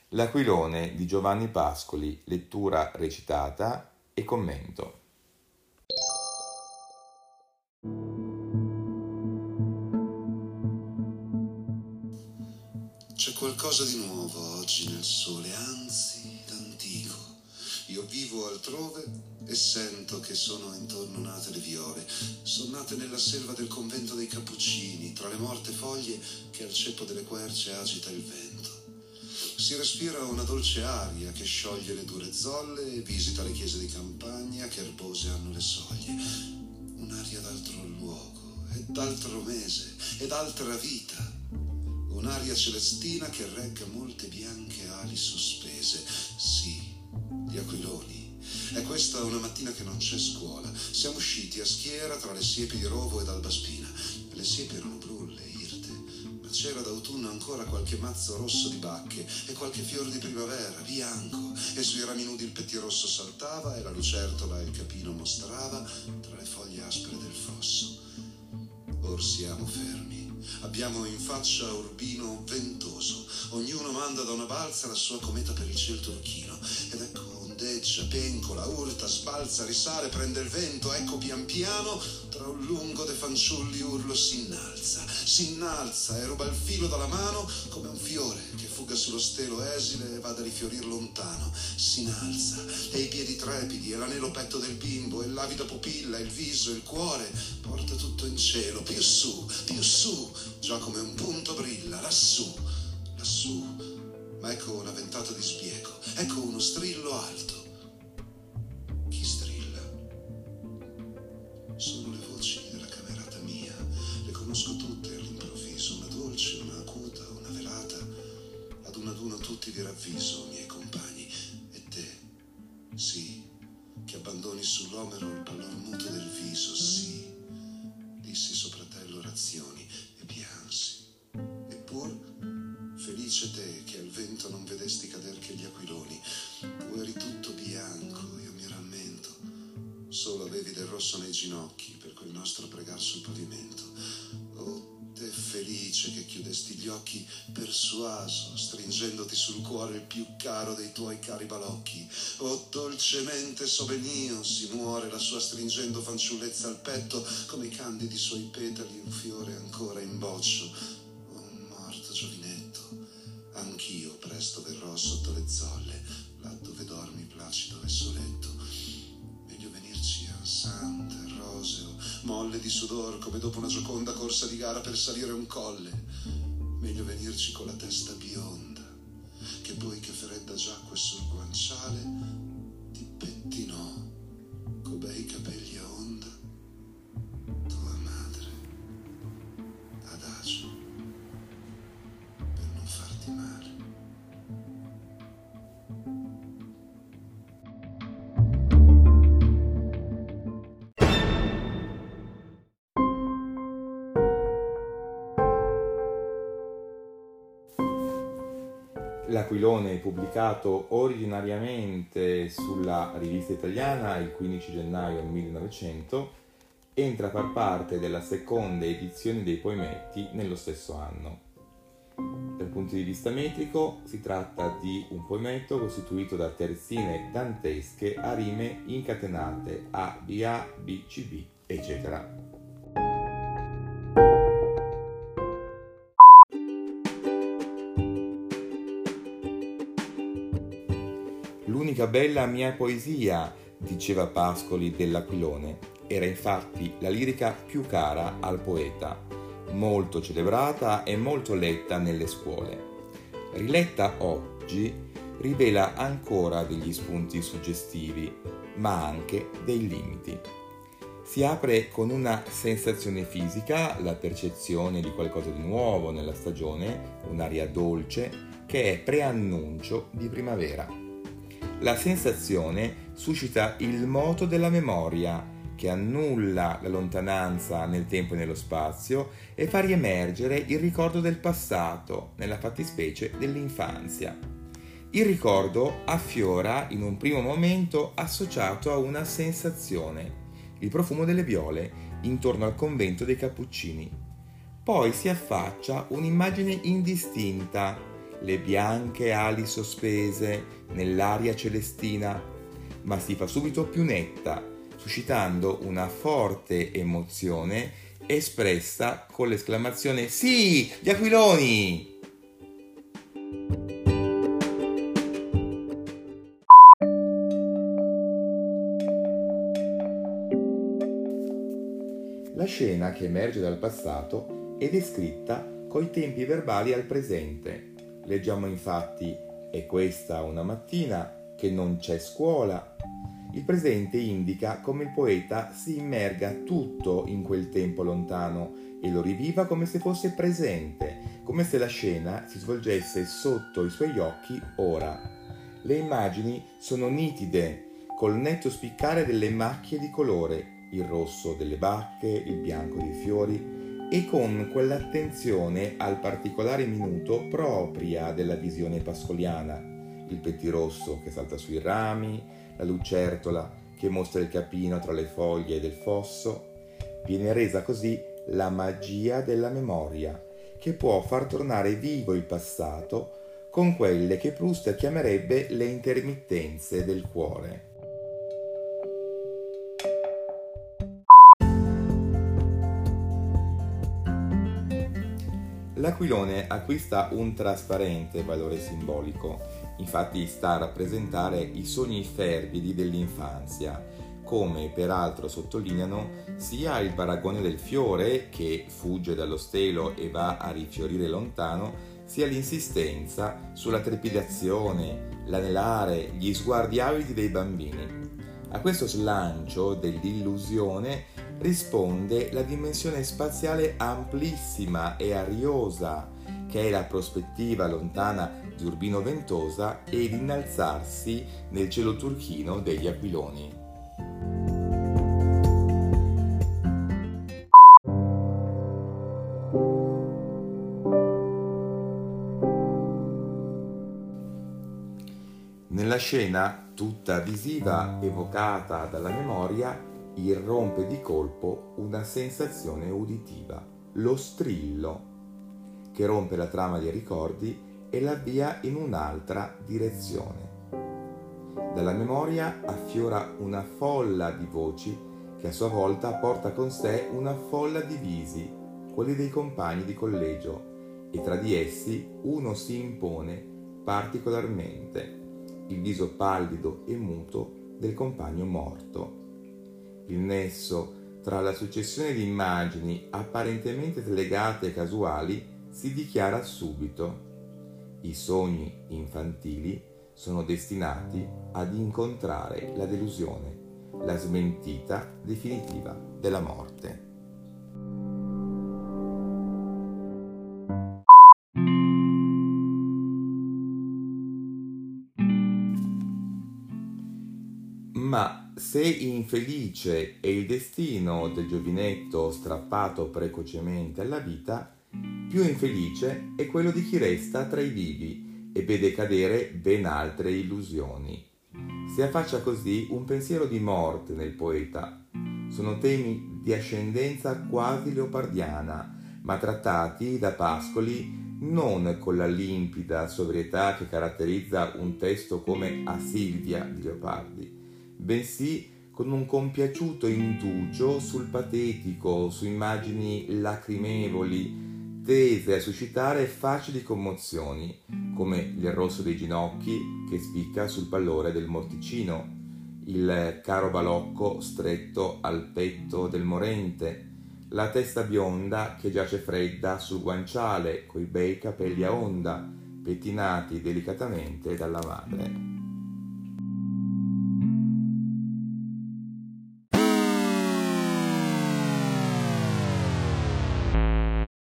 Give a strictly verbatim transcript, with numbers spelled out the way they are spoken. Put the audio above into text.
L'Aquilone di Giovanni Pascoli, lettura recitata e commento. C'è qualcosa di nuovo oggi nel sole, anzi d'antico. Io vivo altrove e sento che sono intorno nate le viole. Sono nate nella selva del convento dei Cappuccini, tra le morte foglie che al ceppo delle querce agita il vento. Si respira una dolce aria che scioglie le dure zolle e visita le chiese di campagna che erbose hanno le soglie. Un'aria d'altro luogo e d'altro mese e d'altra vita. Un'aria celestina che regga molte bianche ali sospese. Sì, gli aquiloni. È questa una mattina che non c'è scuola. Siamo usciti a schiera tra le siepi di Rovo ed Albaspina. Le siepi erano brulle, irte, ma c'era d'autunno ancora qualche mazzo rosso di bacche e qualche fior di primavera, bianco, e sui rami nudi il pettirosso saltava e la lucertola il capino mostrava tra le foglie aspre del fosso. Or siamo fermi. Abbiamo in faccia Urbino ventoso. Ognuno manda da una balza la sua cometa per il ciel turchino. Ed ecco ondeggia, pencola, urta, sbalza, risale, prende il vento. Ecco pian piano, tra un lungo de fanciulli urlo s'innalza. S'innalza e ruba il filo dalla mano come un fiore che fuga sullo stelo esile e vada a rifiorir lontano. S'innalza e i piedi trepidi e l'anelo petto del bimbo e l'avida pupilla, il viso, il cuore porta tutto in cielo, più su, più su, già come un punto brilla, lassù, lassù. Ma ecco una ventata di spiego, ecco uno strillo alto. Chi strilla? Sono le voci della camerata mia, le conosco tutte all'improvviso, una dolce, una acuta, una velata. Ad uno ad uno tutti vi ravviso, miei compagni, e te, sì, che abbandoni sull'omero il pallor muto del viso, sì, dissi sopra te l'orazioni e piansi. Eppur, felice te che al vento non vedesti cader che gli aquiloni, tu eri tutto bianco, io mi rammento, solo avevi del rosso nei ginocchi per quel nostro pregar sul pavimento. Oh, te felice che chiudesti gli occhi persuaso, stringendoti sul cuore il più caro dei tuoi cari balocchi. Oh, dolcemente sobenio si muore la sua stringendo fanciullezza al petto, come i candidi suoi petali un fiore ancora in boccio. Oh, morto giovinetto, anch'io presto verrò sotto le zolle, là dove dormi placido e soletto. Meglio venirci ansante, roseo, molle di sudor come dopo una gioconda corsa di gara per salire un colle. Meglio venirci con la testa bionda, che poi che fredda giacque sul guanciale ti pettinò co bei capelli a onda tua madre, adagio, per non farti male. L'Aquilone, pubblicato originariamente sulla Rivista Italiana il quindici gennaio millenovecento, entra a far parte della seconda edizione dei poemetti nello stesso anno. Dal punto di vista metrico si tratta di un poemetto costituito da terzine dantesche a rime incatenate A, B, A, B, C, B, eccetera. L'unica bella mia poesia, diceva Pascoli dell'Aquilone, era infatti la lirica più cara al poeta, molto celebrata e molto letta nelle scuole. Riletta oggi rivela ancora degli spunti suggestivi, ma anche dei limiti. Si apre con una sensazione fisica, la percezione di qualcosa di nuovo nella stagione, un'aria dolce che è preannuncio di primavera. La sensazione suscita il moto della memoria, che annulla la lontananza nel tempo e nello spazio e fa riemergere il ricordo del passato, nella fattispecie dell'infanzia. Il ricordo affiora in un primo momento associato a una sensazione, il profumo delle viole intorno al convento dei Cappuccini. Poi si affaccia un'immagine indistinta, le bianche ali sospese nell'aria celestina, ma si fa subito più netta, suscitando una forte emozione espressa con l'esclamazione «Sì, gli aquiloni!». La scena che emerge dal passato è descritta coi tempi verbali al presente. Leggiamo infatti «È questa una mattina che non c'è scuola». Il presente indica come il poeta si immerga tutto in quel tempo lontano e lo riviva come se fosse presente, come se la scena si svolgesse sotto i suoi occhi ora. Le immagini sono nitide, col netto spiccare delle macchie di colore, il rosso delle bacche, il bianco dei fiori, e con quell'attenzione al particolare minuto propria della visione pascoliana, il pettirosso che salta sui rami, la lucertola che mostra il capino tra le foglie del fosso. Viene resa così la magia della memoria, che può far tornare vivo il passato con quelle che Proust chiamerebbe le intermittenze del cuore. L'aquilone acquista un trasparente valore simbolico, infatti sta a rappresentare i sogni fervidi dell'infanzia, come peraltro sottolineano sia il paragone del fiore che fugge dallo stelo e va a rifiorire lontano, sia l'insistenza sulla trepidazione, l'anelare, gli sguardi avidi dei bambini. A questo slancio dell'illusione risponde la dimensione spaziale amplissima e ariosa, che è la prospettiva lontana di Urbino Ventosa e l'innalzarsi nel cielo turchino degli aquiloni. Nella scena, tutta visiva, evocata dalla memoria, irrompe di colpo una sensazione uditiva, lo strillo, che rompe la trama dei ricordi e l'avvia in un'altra direzione. Dalla memoria affiora una folla di voci che a sua volta porta con sé una folla di visi, quelli dei compagni di collegio, e tra di essi uno si impone particolarmente, il viso pallido e muto del compagno morto. Il nesso tra la successione di immagini apparentemente slegate e casuali si dichiara subito. I sogni infantili sono destinati ad incontrare la delusione, la smentita definitiva della morte. Ma se infelice è il destino del giovinetto strappato precocemente alla vita, più infelice è quello di chi resta tra i vivi e vede cadere ben altre illusioni. Si affaccia così un pensiero di morte nel poeta. Sono temi di ascendenza quasi leopardiana, ma trattati da Pascoli non con la limpida sobrietà che caratterizza un testo come A Silvia di Leopardi, bensì con un compiaciuto indugio sul patetico, su immagini lacrimevoli, tese a suscitare facili commozioni, come il rosso dei ginocchi che spicca sul pallore del morticino, il caro balocco stretto al petto del morente, la testa bionda che giace fredda sul guanciale coi bei capelli a onda, pettinati delicatamente dalla madre.